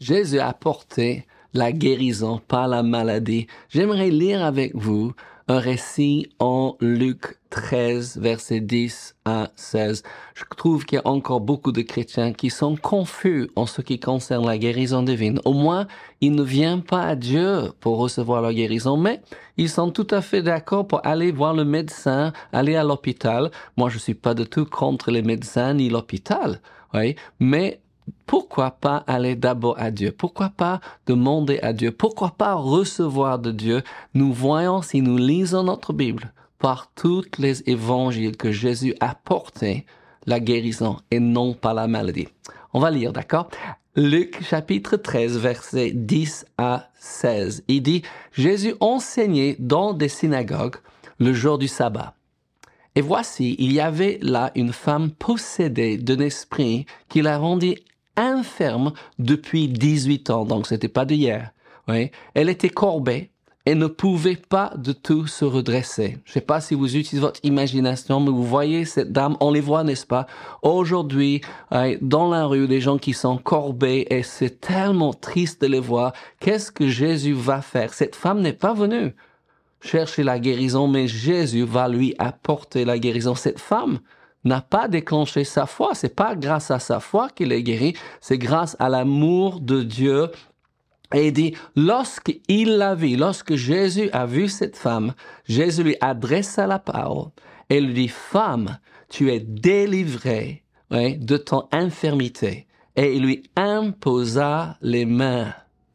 Jésus a apporté la guérison par la maladie. J'aimerais lire avec vous un récit en Luc 13, versets 10 à 16. Je trouve qu'il y a encore beaucoup de chrétiens qui sont confus en ce qui concerne la guérison divine. Au moins, ils ne viennent pas à Dieu pour recevoir la guérison, mais ils sont tout à fait d'accord pour aller voir le médecin, aller à l'hôpital. Moi, je suis pas du tout contre les médecins ni l'hôpital, oui, mais pourquoi pas aller d'abord à Dieu? Pourquoi pas demander à Dieu? Pourquoi pas recevoir de Dieu? Nous voyons, si nous lisons notre Bible, par tous les évangiles que Jésus a porté la guérison et non pas la maladie. On va lire, d'accord? Luc chapitre 13, versets 10 à 16. Il dit, Jésus enseignait dans des synagogues le jour du sabbat. Et voici, il y avait là une femme possédée d'un esprit qui la rendit infirme depuis 18 ans, donc c'était pas d'hier. Oui. Elle était courbée et ne pouvait pas du tout se redresser. Je sais pas si vous utilisez votre imagination, mais vous voyez cette dame, on les voit, n'est-ce pas? Aujourd'hui, dans la rue, des gens qui sont courbés et c'est tellement triste de les voir. Qu'est-ce que Jésus va faire? Cette femme n'est pas venue chercher la guérison, mais Jésus va lui apporter la guérison. Cette femme n'a pas déclenché sa foi. C'est pas grâce à sa foi qu'il est guéri, c'est grâce à l'amour de Dieu. Et il dit, lorsque Jésus a vu cette femme, Jésus lui adressa la parole et lui dit, femme, tu es délivrée, oui, de ton infirmité. Et il lui imposa les mains.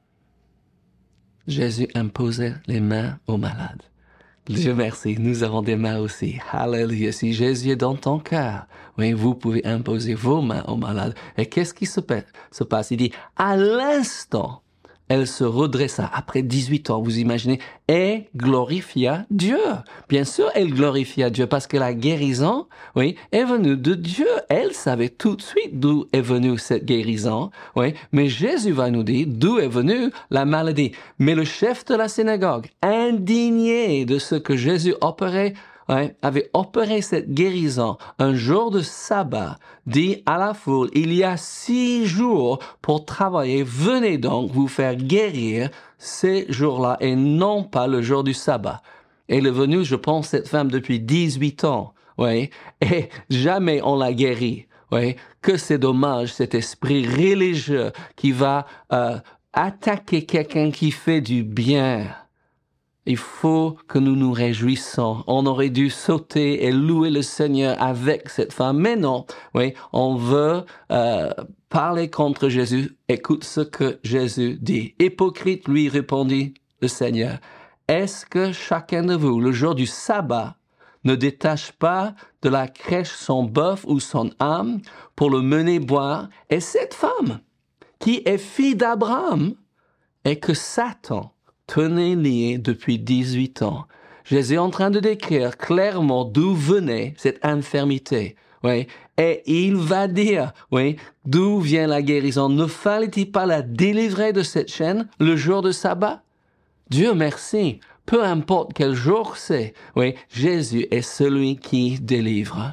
Jésus imposait les mains aux malades. Dieu merci, nous avons des mains aussi. Alléluia. Si Jésus est dans ton cœur, oui, vous pouvez imposer vos mains aux malades. Et qu'est-ce qui se passe? Il dit, à l'instant, elle se redressa après 18 ans, vous imaginez, et glorifia Dieu. Bien sûr, elle glorifia Dieu parce que la guérison, oui, est venue de Dieu. Elle savait tout de suite d'où est venue cette guérison, oui, mais Jésus va nous dire d'où est venue la maladie. Mais le chef de la synagogue, indigné de ce que Jésus opérait, avait opéré cette guérison un jour de sabbat, dit à la foule, il y a 6 jours pour travailler, venez donc vous faire guérir ces jours-là et non pas le jour du sabbat. Elle est venue, je pense, cette femme depuis 18 ans, oui, et jamais on l'a guérie, oui. Que c'est dommage, cet esprit religieux qui va attaquer quelqu'un qui fait du bien. Il faut que nous nous réjouissons. On aurait dû sauter et louer le Seigneur avec cette femme. Mais non, oui, on veut parler contre Jésus. Écoute ce que Jésus dit. Hypocrite, lui répondit le Seigneur. Est-ce que chacun de vous, le jour du sabbat, ne détache pas de la crèche son bœuf ou son âne pour le mener boire? Et cette femme, qui est fille d'Abraham, et que Satan tenait lié depuis 18 ans. Jésus est en train de décrire clairement d'où venait cette infirmité. Oui. Et il va dire, oui, d'où vient la guérison. Ne fallait-il pas la délivrer de cette chaîne le jour de sabbat? Dieu merci. Peu importe quel jour c'est, oui, Jésus est celui qui délivre.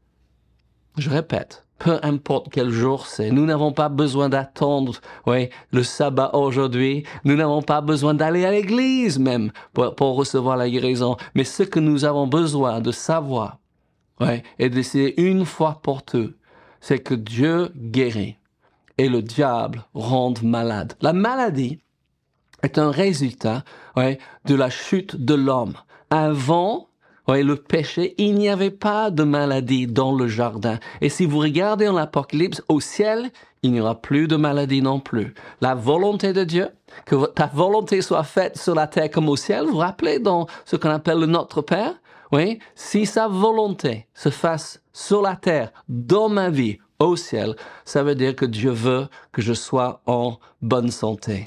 Je répète. Peu importe quel jour c'est, nous n'avons pas besoin d'attendre, oui, le sabbat aujourd'hui. Nous n'avons pas besoin d'aller à l'église même pour recevoir la guérison. Mais ce que nous avons besoin de savoir, oui, et d'essayer une fois pour toutes, c'est que Dieu guérit et le diable rend malade. La maladie est un résultat, oui, de la chute de l'homme. Avant, oui, le péché, il n'y avait pas de maladie dans le jardin. Et si vous regardez en l'Apocalypse, au ciel, il n'y aura plus de maladie non plus. La volonté de Dieu, que ta volonté soit faite sur la terre comme au ciel, vous vous rappelez dans ce qu'on appelle le Notre Père? Oui, si sa volonté se fasse sur la terre, dans ma vie, au ciel, ça veut dire que Dieu veut que je sois en bonne santé.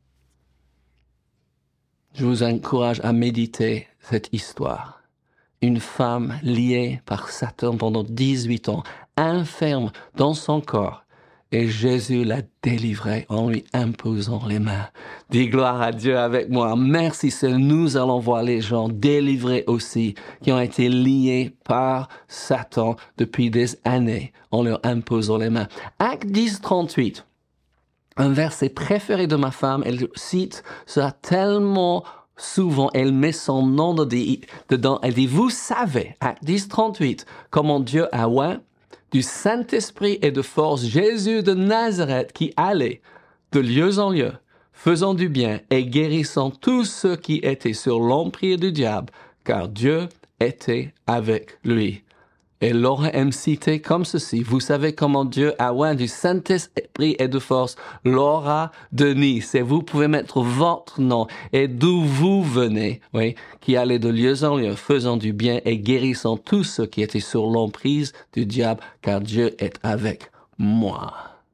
Je vous encourage à méditer cette histoire. Une femme liée par Satan pendant 18 ans, enferme dans son corps. Et Jésus l'a délivrée en lui imposant les mains. Dis gloire à Dieu avec moi. Merci Seigneur. Nous allons voir les gens délivrés aussi, qui ont été liés par Satan depuis des années en leur imposant les mains. Acte 10, 38. Un verset préféré de ma femme, elle cite ça tellement souvent, elle met son nom dedans. Elle dit, vous savez, Acte 10, 38, comment Dieu a oint du Saint-Esprit et de force Jésus de Nazareth qui allait de lieu en lieu, faisant du bien et guérissant tous ceux qui étaient sur l'empire du diable, car Dieu était avec lui. Et Laura aime citer comme ceci. Vous savez comment Dieu a oint du Saint-Esprit et de force Laura de Nice. Et vous pouvez mettre votre nom et d'où vous venez, oui, qui allait de lieu en lieu, faisant du bien et guérissant tous ceux qui étaient sur l'emprise du diable, car Dieu est avec moi.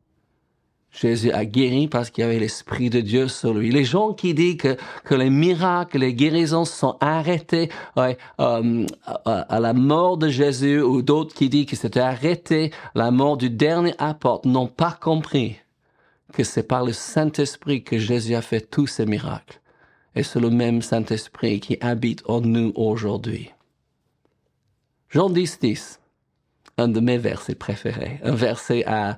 Jésus a guéri parce qu'il y avait l'Esprit de Dieu sur lui. Les gens qui disent que les miracles, les guérisons sont arrêtés à la mort de Jésus, ou d'autres qui disent que c'était arrêté la mort du dernier apôtre, n'ont pas compris que c'est par le Saint-Esprit que Jésus a fait tous ces miracles. Et c'est le même Saint-Esprit qui habite en nous aujourd'hui. Jean 10, un de mes versets préférés, un verset à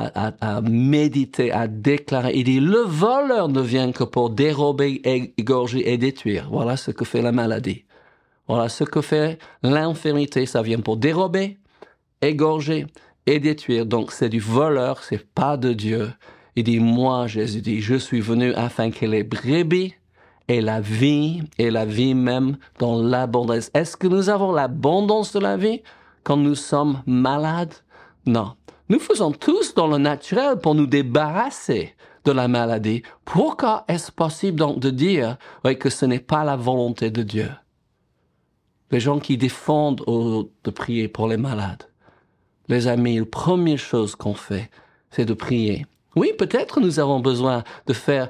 méditer, à déclarer. Il dit, le voleur ne vient que pour dérober, égorger et détruire. Voilà ce que fait la maladie. Voilà ce que fait l'infirmité. Ça vient pour dérober, égorger et détruire. Donc c'est du voleur, c'est pas de Dieu. Il dit, moi, Jésus dit, je suis venu afin que les brebis et la vie même dans l'abondance. Est-ce que nous avons l'abondance de la vie quand nous sommes malades? Non. Nous faisons tous dans le naturel pour nous débarrasser de la maladie. Pourquoi est-ce possible donc de dire que ce n'est pas la volonté de Dieu? Les gens qui défendent de prier pour les malades. Les amis, la première chose qu'on fait, c'est de prier. Oui, peut-être nous avons besoin de faire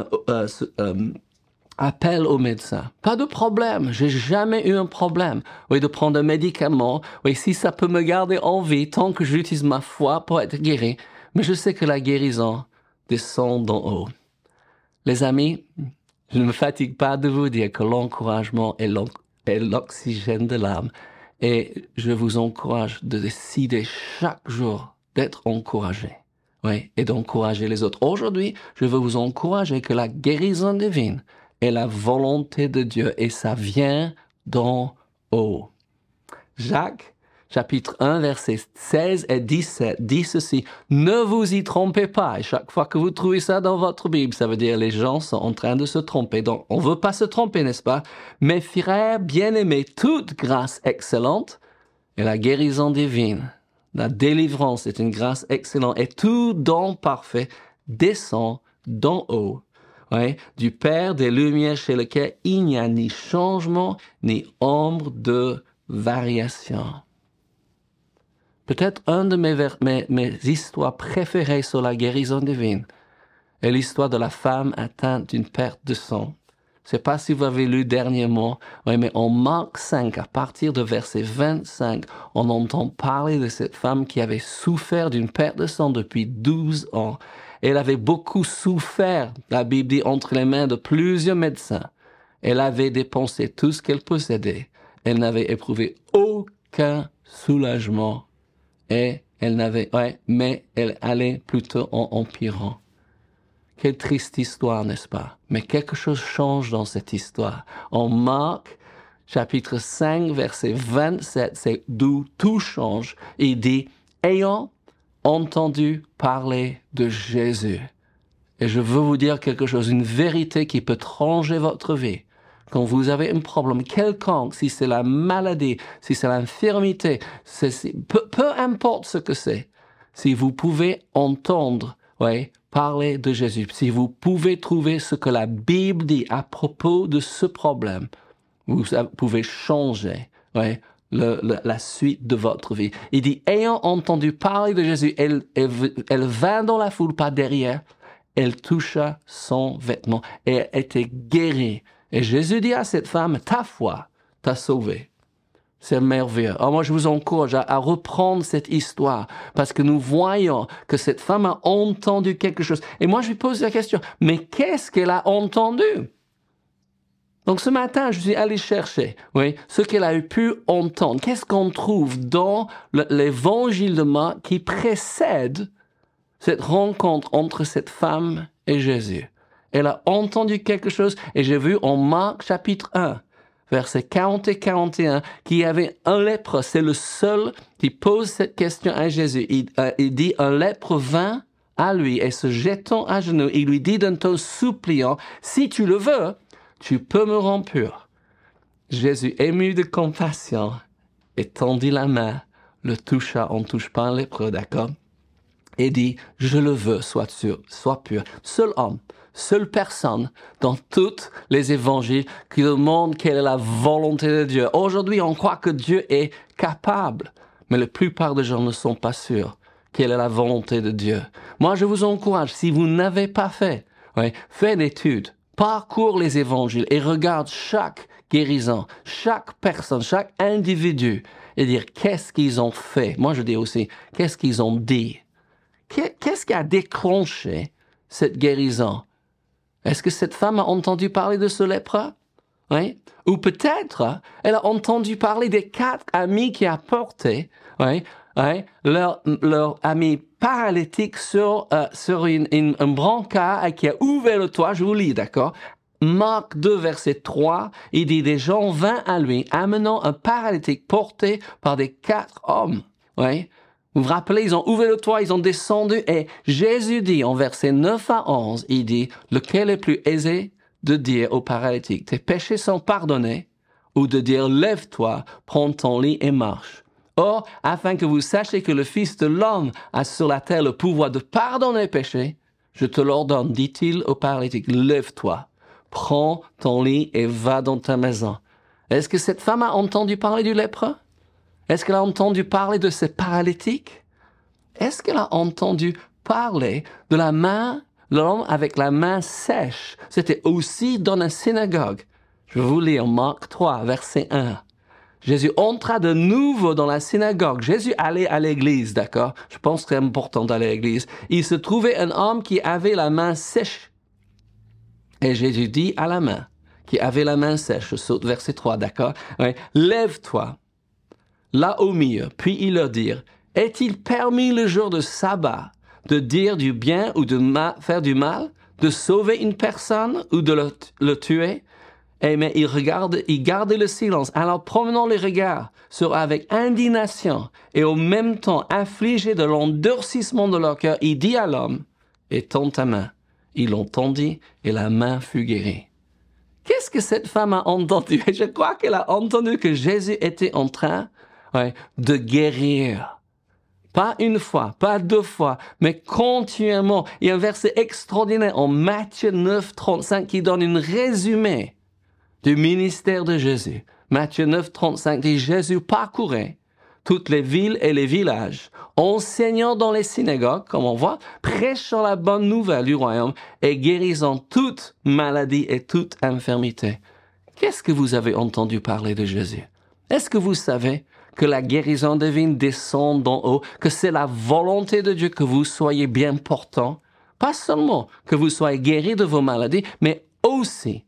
appel au médecin. Pas de problème. J'ai jamais eu un problème. Oui, de prendre un médicament. Oui, si ça peut me garder en vie tant que j'utilise ma foi pour être guéri. Mais je sais que la guérison descend d'en haut. Les amis, je ne me fatigue pas de vous dire que l'encouragement est l'oxygène de l'âme. Et je vous encourage de décider chaque jour d'être encouragé. Oui, et d'encourager les autres. Aujourd'hui, je veux vous encourager que la guérison divine est la volonté de Dieu et ça vient d'en haut. Jacques, chapitre 1, versets 16 et 17, dit ceci, « Ne vous y trompez pas. » Et chaque fois que vous trouvez ça dans votre Bible, ça veut dire les gens sont en train de se tromper. Donc, on ne veut pas se tromper, n'est-ce pas? « Mes frères bien-aimés, toute grâce excellente et la guérison divine. » La délivrance est une grâce excellente et tout don parfait descend d'en haut, du Père des Lumières chez lequel il n'y a ni changement ni ombre de variation. Peut-être un de mes histoires préférées sur la guérison divine est l'histoire de la femme atteinte d'une perte de sang. Je ne sais pas si vous avez lu dernièrement, mais en Marc 5, à partir de verset 25, on entend parler de cette femme qui avait souffert d'une perte de sang depuis 12 ans. Elle avait beaucoup souffert, la Bible dit, entre les mains de plusieurs médecins. Elle avait dépensé tout ce qu'elle possédait. Elle n'avait éprouvé aucun soulagement. Et mais elle allait plutôt en empirant. Quelle triste histoire, n'est-ce pas? Mais quelque chose change dans cette histoire. En Marc, chapitre 5, verset 27, c'est d'où tout change. Il dit, ayant entendu parler de Jésus. Et je veux vous dire quelque chose, une vérité qui peut changer votre vie. Quand vous avez un problème quelconque, si c'est la maladie, si c'est l'infirmité, peu importe ce que c'est, si vous pouvez entendre, parler de Jésus, si vous pouvez trouver ce que la Bible dit à propos de ce problème, vous pouvez changer, la suite de votre vie. Il dit, ayant entendu parler de Jésus, elle vint dans la foule par derrière, elle toucha son vêtement et elle était guérie. Et Jésus dit à cette femme, ta foi t'a sauvée. C'est merveilleux. Alors moi, je vous encourage à reprendre cette histoire parce que nous voyons que cette femme a entendu quelque chose. Et moi, je lui pose la question, mais qu'est-ce qu'elle a entendu? Donc ce matin, je suis allé chercher ce qu'elle a pu entendre. Qu'est-ce qu'on trouve dans l'évangile de Marc qui précède cette rencontre entre cette femme et Jésus. Elle a entendu quelque chose et j'ai vu en Marc chapitre 1, versets 40 et 41, qu'il y avait un lépreux. C'est le seul qui pose cette question à Jésus. Il dit, un lépreux vint à lui et se jetant à genoux, il lui dit d'un ton suppliant, si tu le veux, tu peux me rendre pur. Jésus, ému de compassion, étendit la main, le toucha, on ne touche pas un lépreux, d'accord? Et dit, je le veux, sois sûr, sois pur. Seul homme, seule personne dans tous les évangiles qui demande quelle est la volonté de Dieu. Aujourd'hui, on croit que Dieu est capable, mais la plupart des gens ne sont pas sûrs quelle est la volonté de Dieu. Moi, je vous encourage, si vous n'avez pas fait, faites une étude, parcours les évangiles et regarde chaque guérison, chaque personne, chaque individu et dire qu'est-ce qu'ils ont fait. Moi, je dis aussi, qu'est-ce qu'ils ont dit. Qu'est-ce qui a déclenché cette guérison? Est-ce que cette femme a entendu parler de ce lépreux? Oui? Ou peut-être, elle a entendu parler des 4 amis qui apportaient leur ami paralytique sur un brancard et qui a ouvert le toit. Je vous lis, d'accord? Marc 2, verset 3, il dit, des gens vinrent à lui, amenant un paralytique porté par des 4 hommes. Oui? Vous vous rappelez, ils ont ouvert le toit, ils ont descendu, et Jésus dit, en versets 9 à 11, il dit, lequel est plus aisé de dire au paralytique, tes péchés sont pardonnés, ou de dire, lève-toi, prends ton lit et marche. Or, afin que vous sachiez que le Fils de l'homme a sur la terre le pouvoir de pardonner les péchés, je te l'ordonne, dit-il au paralytique, lève-toi, prends ton lit et va dans ta maison. Est-ce que cette femme a entendu parler du lépreux? Est-ce qu'elle a entendu parler de ce paralytique? Est-ce qu'elle a entendu parler de la main, l'homme avec la main sèche? C'était aussi dans la synagogue. Je vous lis en Marc 3, verset 1. Jésus entra de nouveau dans la synagogue. Jésus allait à l'église, d'accord? Je pense que c'est important d'aller à l'église. Il se trouvait un homme qui avait la main sèche. Et Jésus dit à la main, qui avait la main sèche, je saute verset 3, d'accord? Oui. Lève-toi, là au milieu. Puis il leur dit, est-il permis le jour de sabbat de dire du bien ou de faire du mal, de sauver une personne ou de le tuer? Mais il gardait le silence. Alors promenant les regards avec indignation et au même temps affligé de l'endurcissement de leur cœur, il dit à l'homme, étends ta main. Il l'entendit et la main fut guérie. Qu'est-ce que cette femme a entendu? Et je crois qu'elle a entendu que Jésus était en train de guérir. Pas une fois, pas 2 fois, mais continuellement. Il y a un verset extraordinaire en Matthieu 9, 35 qui donne un résumé du ministère de Jésus. Matthieu 9, 35 dit, Jésus parcourait toutes les villes et les villages, enseignant dans les synagogues, comme on voit, prêchant la bonne nouvelle du royaume et guérissant toute maladie et toute infirmité. Qu'est-ce que vous avez entendu parler de Jésus? Est-ce que vous savez que la guérison divine descend d'en haut, que c'est la volonté de Dieu que vous soyez bien portant? Pas seulement que vous soyez guéris de vos maladies, mais aussi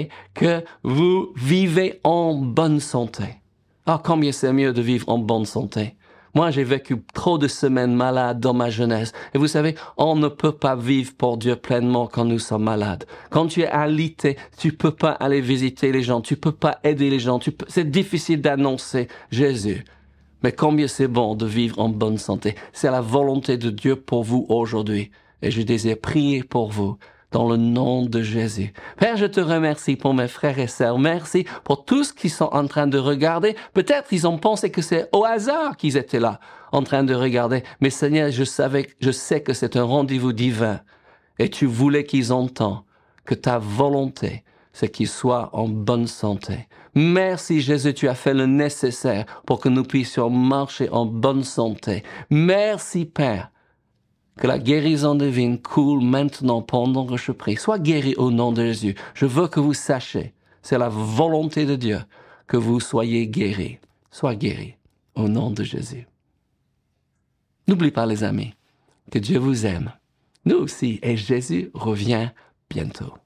que vous vivez en bonne santé. Ah, combien c'est mieux de vivre en bonne santé. Moi, j'ai vécu trop de semaines malades dans ma jeunesse. Et vous savez, on ne peut pas vivre pour Dieu pleinement quand nous sommes malades. Quand tu es alité, tu peux pas aller visiter les gens, tu peux pas aider les gens, c'est difficile d'annoncer Jésus. Mais combien c'est bon de vivre en bonne santé. C'est la volonté de Dieu pour vous aujourd'hui. Et je désire prier pour vous. Dans le nom de Jésus. Père, je te remercie pour mes frères et sœurs. Merci pour tous qui sont en train de regarder. Peut-être ils ont pensé que c'est au hasard qu'ils étaient là, en train de regarder. Mais Seigneur, je sais que c'est un rendez-vous divin. Et tu voulais qu'ils entendent que ta volonté, c'est qu'ils soient en bonne santé. Merci Jésus, tu as fait le nécessaire pour que nous puissions marcher en bonne santé. Merci Père. Que la guérison divine coule maintenant pendant que je prie. Sois guéri au nom de Jésus. Je veux que vous sachiez, c'est la volonté de Dieu que vous soyez guéris. Sois guéri au nom de Jésus. N'oublie pas les amis, que Dieu vous aime. Nous aussi, et Jésus revient bientôt.